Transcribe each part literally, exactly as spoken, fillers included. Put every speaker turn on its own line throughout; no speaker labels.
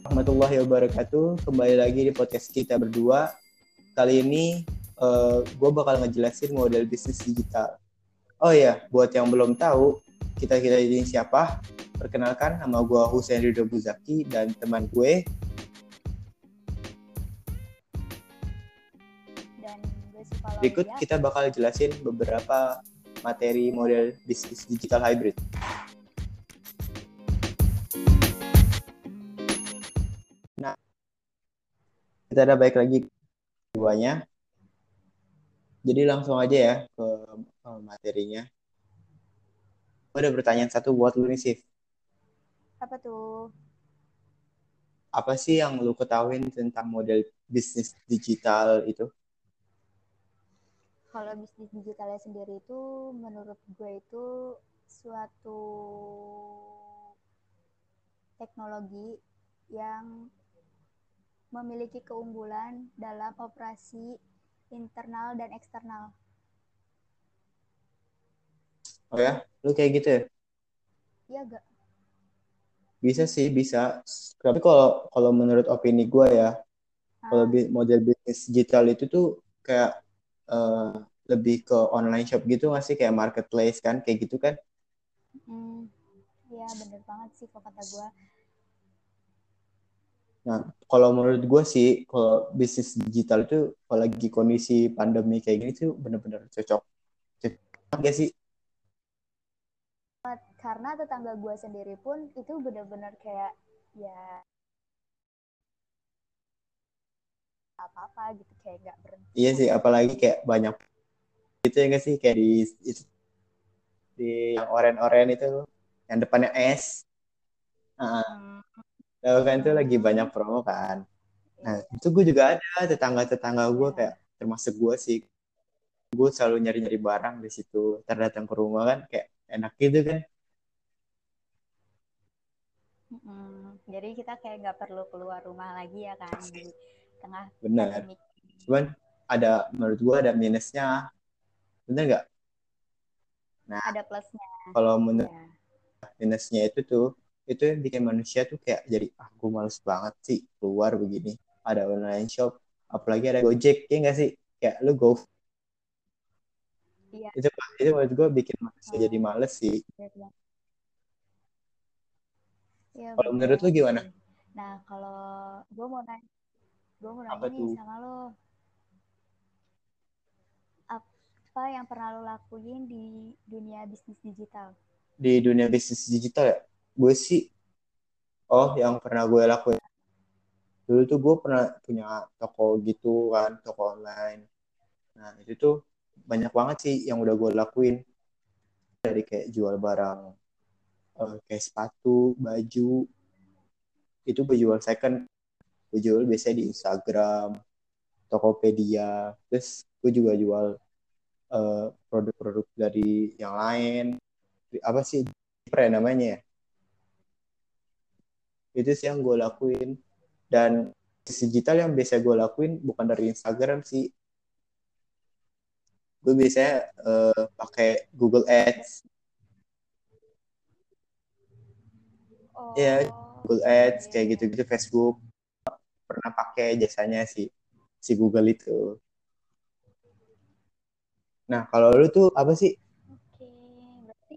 Warahmatullahi wabarakatuh. Kembali lagi di podcast kita berdua. Kali ini uh, gue bakal ngejelasin model bisnis digital. Oh ya, buat yang belum tahu, kita-kita ini siapa? Perkenalkan, nama gue Husain Ridho Buzaki dan teman gue.
Dan gue Syifa Laulia.
Berikut kita bakal jelasin beberapa materi model bisnis digital hybrid. Nah, kita udah balik lagi ke keduanya. Jadi langsung aja ya ke, ke materinya. Gue ada pertanyaan satu buat lu nih, Sif.
Apa tuh?
Apa sih yang lu ketahuin tentang model bisnis digital itu?
Kalau bisnis digitalnya sendiri itu menurut gue itu suatu teknologi yang memiliki keunggulan dalam operasi internal dan eksternal.
Oh ya, lu kayak gitu ya?
Iya gak?
Bisa sih, bisa. Tapi kalau kalau menurut opini gue ya, kalau
Ah,
model bisnis digital itu tuh kayak uh, lebih ke online shop gitu nggak sih? Kayak marketplace kan, kayak gitu kan?
hmm, ya bener banget sih kalau kata gue.
Nah, kalau menurut gue sih, kalau bisnis digital itu kalau lagi kondisi pandemi kayak gini tuh bener-bener cocok. Cocok nggak sih?
Karena tetangga gue sendiri pun itu bener-bener kayak ya apa-apa gitu, kayak gak berhenti
Iya sih,
sampai
apalagi kayak banyak gitu ya nggak sih? Kayak di, di yang oren-oren itu, yang depannya S. Nah,
hmm,
tahu kan tuh lagi banyak
hmm,
promo kan. Nah,
iya,
itu gue juga ada tetangga-tetangga gue kayak
iya.
termasuk gue sih. Gue selalu nyari-nyari barang di situ. Terdatang ke rumah kan kayak enak gitu kan.
Hmm, jadi kita kayak nggak perlu keluar rumah lagi ya kan di tengah
Bener.
pandemi.
Cuman ada menurut gue ada minusnya. Bener nggak? Nah,
Ada plusnya.
kalau menurut
Ya.
minusnya itu tuh, itu yang bikin manusia tuh kayak jadi, ah gue males banget sih keluar begini. Ada online shop, apalagi ada Gojek, ya nggak sih? Kayak lu go,
Iya.
itu, itu menurut gue bikin manusia jadi
Oh,
males sih.
bener banget. Iya
Kalau
bener
menurut lu
banget
gimana?
sih. Nah kalau gue mau nanya, gue mau nanya
Apa
nih
tuh?
sama lo, apa yang pernah lo lakuin di dunia bisnis digital?
Di dunia bisnis digital ya, gue sih, oh yang pernah gue lakuin dulu tuh gue pernah punya toko gitu kan, toko online. Nah itu tuh banyak banget sih yang udah gue lakuin, dari kayak jual barang, eh, kayak sepatu, baju, itu gue jual second, gue jual biasanya di Instagram, Tokopedia, terus gue juga jual eh, produk-produk dari yang lain, apa sih apa ya namanya ya, itu sih yang gue lakuin. Dan digital yang biasa gue lakuin bukan dari Instagram sih, gue biasanya uh, pakai Google Ads. Ya,
Oh,
Google
iya
Ads
iya
kayak
iya.
gitu-gitu, Facebook pernah pakai jasanya si si Google itu. Nah kalau lu tuh apa sih?
Oke, berarti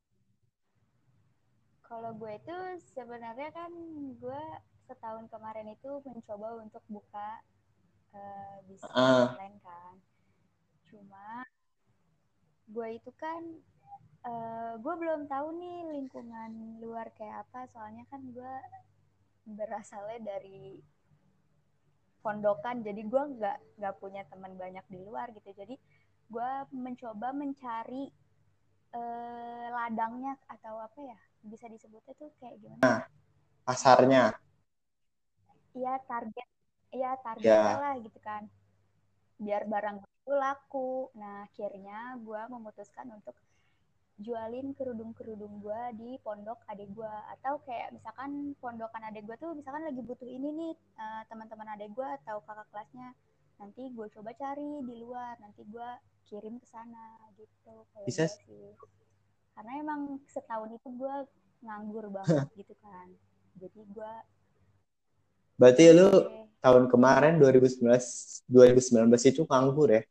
kalau gue itu sebenarnya kan gue setahun kemarin itu mencoba untuk buka uh, bisnis
Ah,
online kan. Cuma gue itu kan uh, gue belum tahu nih lingkungan luar kayak apa, soalnya kan gue berasalnya dari pondokan, jadi gue nggak nggak punya teman banyak di luar gitu. Jadi gue mencoba mencari uh, ladangnya atau apa ya, bisa disebutnya tuh kayak gimana ya,
pasarnya
iya target, iya targetnya
ya.
lah gitu kan, biar barang itu laku. Nah akhirnya gue memutuskan untuk jualin kerudung-kerudung gue di pondok adik gue, atau kayak misalkan pondokan adik gue tuh misalkan lagi butuh ini nih, uh, teman-teman adik gue atau kakak kelasnya, nanti gue coba cari di luar, nanti gue kirim ke sana gitu kalau
Bisa.
gue sih. Karena emang setahun itu gue nganggur banget gitu kan, jadi gue
Berarti lu
Oke.
tahun kemarin dua ribu sembilan belas dua ribu sembilan belas itu nganggur ya?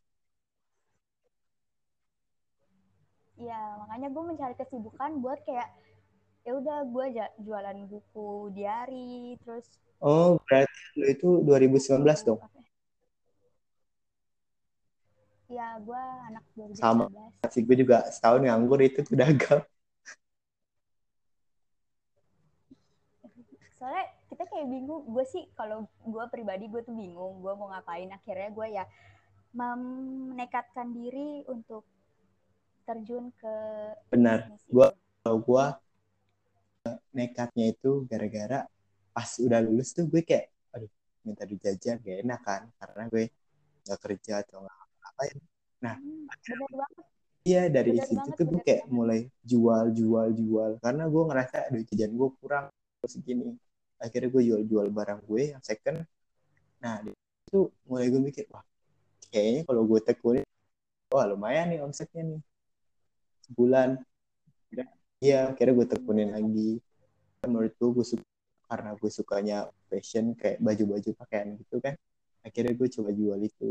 Ya, makanya gue mencari kesibukan buat kayak ya udah gue jualan buku diary, terus
Oh, berarti lu itu dua ribu sembilan belas
uh,
dong.
apa ya? Ya, gue anak
Sama
dua ribu sembilan belas.
sih, gue juga setahun nganggur itu tuh dagang.
Soalnya kita kayak bingung, gue sih kalau gue pribadi gue tuh bingung gue mau ngapain. Akhirnya gue ya menekatkan diri untuk terjun ke
Benar.
bisnis
Gua
itu.
kalau gua nekatnya itu gara-gara pas udah lulus tuh gue kayak aduh minta dijajan gak enak kan karena gue nggak kerja atau nggak ngapain. Nah,
Hmm, bener banget,
iya dari
bener
situ
banget,
tuh gue
bener
kayak
banget.
mulai jual jual jual karena gue ngerasa aduh jajan gue kurang segini. Akhirnya gue jual-jual barang gue yang second. Nah, di situ mulai gue mikir wah kayaknya kalau gue tekunin wah lumayan nih omsetnya nih sebulan. Iya, akhirnya gue tekunin
Iya,
lagi. Menurut gue, gue suka karena gue sukanya fashion kayak baju-baju pakaian gitu kan. Akhirnya gue coba jual itu.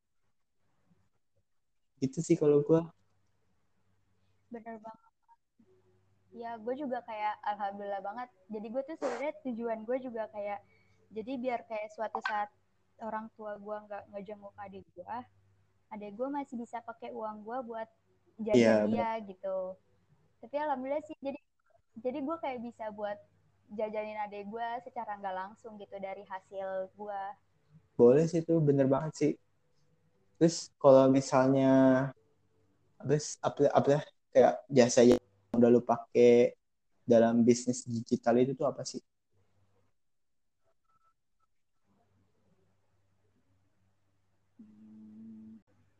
Gitu sih kalau gue.
bener banget. Ya, gue juga kayak alhamdulillah banget. Jadi gue tuh sebenarnya tujuan gue juga kayak jadi biar kayak suatu saat orang tua gue nggak ngejenguk adik gue, adik gue masih bisa pakai uang gue buat jajan
Iya benar.
dia gitu. Tapi alhamdulillah sih jadi jadi gue kayak bisa buat jajanin adik gue secara nggak langsung gitu dari hasil gue.
Boleh sih itu bener banget sih. Terus kalau misalnya terus apa apa ya, kayak jasa yang udah lu pakai dalam bisnis digital itu tuh apa sih?
Hmm,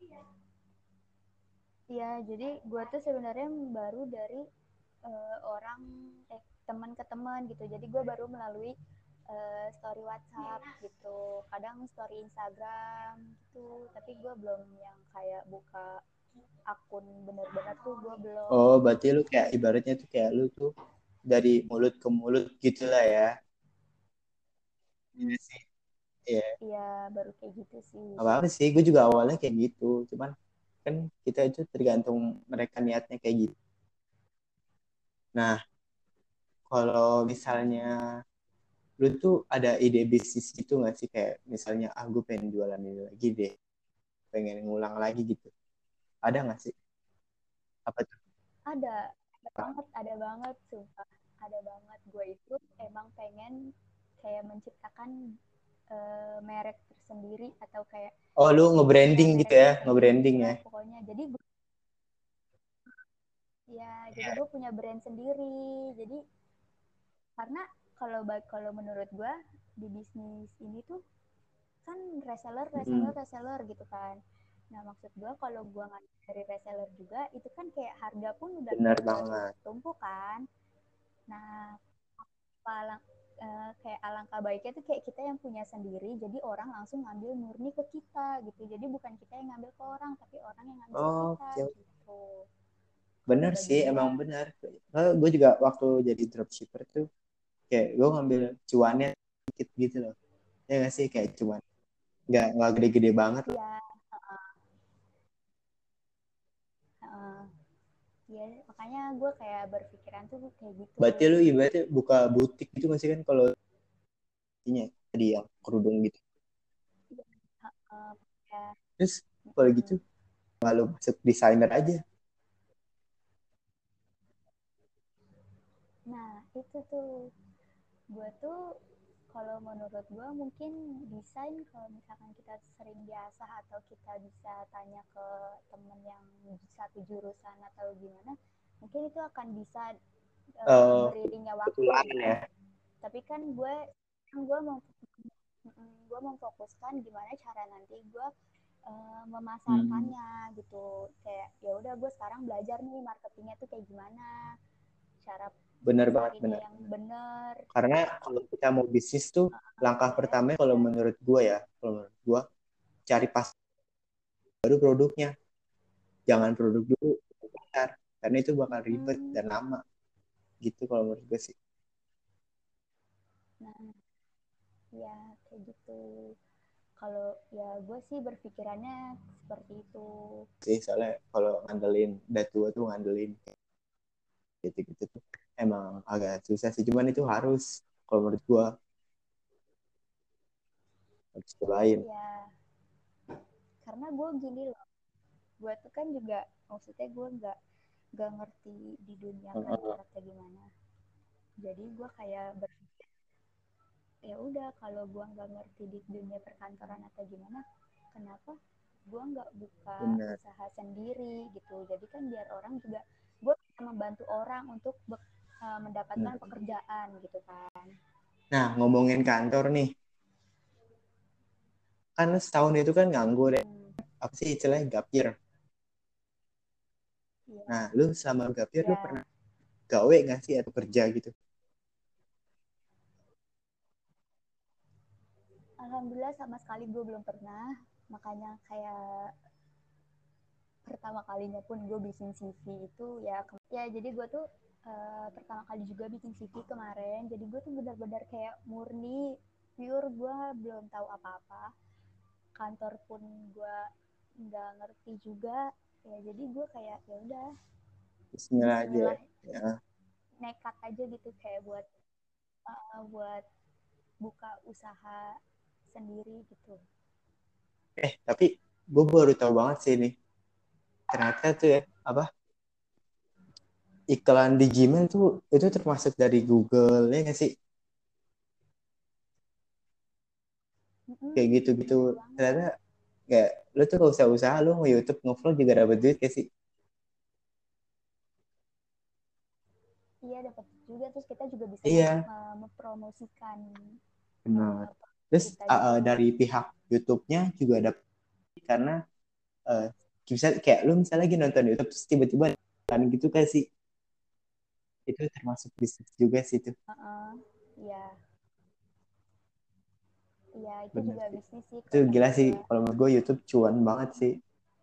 ya, jadi gue tuh sebenarnya baru dari uh, orang eh teman ke teman gitu. Jadi gue baru melalui uh, story WhatsApp gitu. Kadang story Instagram gitu. Tapi gue belum yang kayak buka akun bener-bener tuh gue belum.
Oh, berarti lu kayak ibaratnya tuh kayak lu tuh dari mulut ke mulut gitu lah ya. Iya sih. Iya.
Iya, baru kayak gitu sih.
Apa-apa sih, gue juga awalnya kayak gitu. Cuman kan kita itu tergantung mereka niatnya kayak gitu. Nah, kalau misalnya lu tuh ada ide bisnis gitu nggak sih kayak misalnya ah gue pengen jualan ini lagi deh, pengen ngulang lagi gitu. Ada nggak sih? Apa tuh?
Ada, ada banget, ada banget, sumpah. Ada banget. Gue itu emang pengen kayak menciptakan uh, merek tersendiri atau kayak
Oh, lu
ya
nge-branding gitu
merek
ya,
tersendiri
nge-branding ya.
gitulah pokoknya. Jadi gue ya jadi gue punya brand sendiri. Jadi karena kalau kalau menurut gue di bisnis ini tuh kan reseller
Hmm,
reseller reseller gitu kan. Nah maksud gue kalau gue ngambil dari reseller juga itu kan kayak harga pun udah
benar
kayak
banget.
bertumpuk kan. Nah alang, eh, kayak alangkah baiknya tuh kayak kita yang punya sendiri jadi orang langsung ngambil murni ke kita gitu. Jadi bukan kita yang ngambil ke orang tapi orang yang ngambil ke kita
Oke,
gitu. Kalau
bener
bagi
sih,
gue.
emang bener. Eh, gue juga waktu jadi dropshipper tuh kayak gue ngambil cuannya dikit gitu loh. Ya nggak sih kayak cuan nggak nggak gede-gede banget lah.
Iya, uh, ya makanya gue kayak berpikiran tuh kayak gitu.
Berarti lu ibaratnya buka butik gitu nggak sih kan kalau ininya tadi yang kerudung gitu.
Uh, ya,
Terus kalau gitu
mm.
malu masuk desainer aja.
Nah itu tuh gue tuh kalau menurut gue mungkin desain kalau misalkan kita sering biasa atau kita bisa tanya ke temen yang satu jurusan atau gimana mungkin itu akan bisa uh,
Eh,
beriringnya waktu
Ketularan
gitu.
ya.
Tapi kan gue gue mau gue memfokuskan gimana cara nanti gue uh,
Hmm,
memasarkannya gitu. Kayak ya udah gue sekarang belajar nih marketingnya tuh kayak gimana, cara
bener banget
masarinnya
bener.
yang bener.
Karena kalau kita mau bisnis tuh langkah
Ya,
pertama kalau menurut gue ya, kalau menurut gue cari pas baru produknya. Jangan produk dulu pasar karena itu bakal ribet
mm-mm.
dan lama gitu kalau menurut gue sih.
Nah ya kayak gitu. Kalau ya gue sih berpikirannya seperti itu.
Sih soalnya kalau ngandelin udah tua tuh ngandelin gitu-gitu tuh emang agak susah sih, cuman itu harus kalau menurut gua harus lain.
Ya karena gue gini loh, gue tuh kan juga maksudnya gue nggak nggak ngerti di dunia kantor atau gimana, jadi gue kayak berpikir ya udah kalau gue nggak ngerti di dunia perkantoran atau gimana, kenapa gue nggak buka
Benar,
usaha sendiri gitu, jadi kan biar orang juga gue bisa membantu orang untuk be- uh, mendapatkan
benar.
pekerjaan gitu kan.
Nah ngomongin kantor nih, kan setahun itu kan nganggur ya,
Hmm,
apa sih istilahnya gap year. Nah
ya,
lu selama gap year lu
ya,
pernah gawe nggak sih atau kerja gitu?
alhamdulillah sama sekali gue belum pernah, makanya kayak pertama kalinya pun gue bikin C V itu ya ya jadi gue tuh uh, pertama kali juga bikin C V kemarin, jadi gue tuh benar-benar kayak murni pure, gue belum tahu apa-apa, kantor pun gue nggak ngerti juga, ya jadi gue kayak ya udah
Bismillah aja ya.
Bismillah,
Ya.
nekat aja gitu kayak buat uh, buat buka usaha sendiri gitu.
Eh tapi gue baru tahu banget sih nih, ternyata tuh ya apa iklan di Gmail tuh itu termasuk dari Google ya nggak sih? Kayak
Mm-mm,
gitu-gitu
bener
ternyata
banget.
kayak lu tuh gak usah usaha, lu mau YouTube nge-vlog juga dapet duit kayak sih.
Iya dapat juga, terus kita juga bisa
Iya,
mempromosikan
benar.
uh,
Terus
kita
uh,
gitu.
uh, dari pihak YouTube-nya juga dapat karena uh, bisa kayak lu misalnya lagi nonton YouTube terus tiba-tiba iklan gitu kan sih, itu termasuk bisnis juga sih itu.
Uh-uh. Iya, iya itu
Benar
juga
sih.
bisnis sih
Itu
kalau kata
gila sih
gue.
kalau menurut gue YouTube cuan banget sih.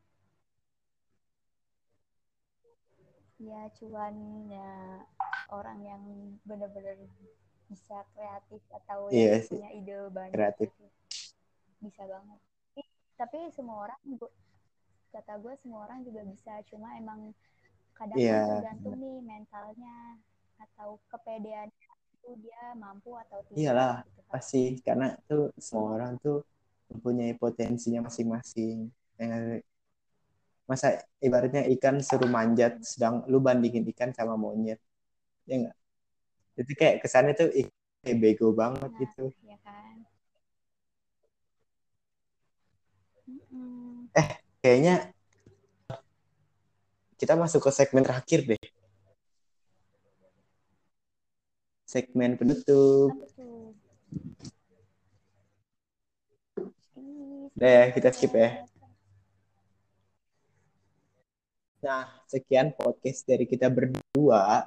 Ya cuannya orang yang benar-benar bisa kreatif atau yang
Iya sih,
punya ide banyak
kreatif.
gitu, bisa banget. Tapi, tapi semua orang, kata gue semua orang juga bisa, cuma emang kadang kan
Iya,
tergantung
benar.
nih mentalnya atau kepedean itu dia mampu atau tidak
Iyalah
gitu kan.
pasti karena tuh semua orang tuh mempunyai potensinya masing-masing. Yang masa ibaratnya ikan suruh manjat sedang lu bandingin ikan sama monyet, ya enggak? Itu kayak kesannya tuh ih, kayak bego banget
Nah
gitu.
ya kan. Mm-mm.
Eh, kayaknya kita masuk ke segmen terakhir deh. Segmen penutup.
Apa tuh? Ih,
Udah
seru
ya, kita skip ya.
banget.
Nah, sekian podcast dari kita berdua.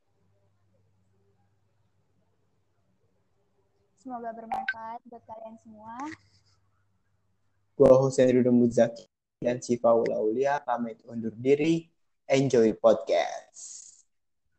Semoga bermanfaat buat kalian semua.
Gua Husain Ridho Muzaki dan Siva Ulaulia pamit undur diri. Enjoy podcast.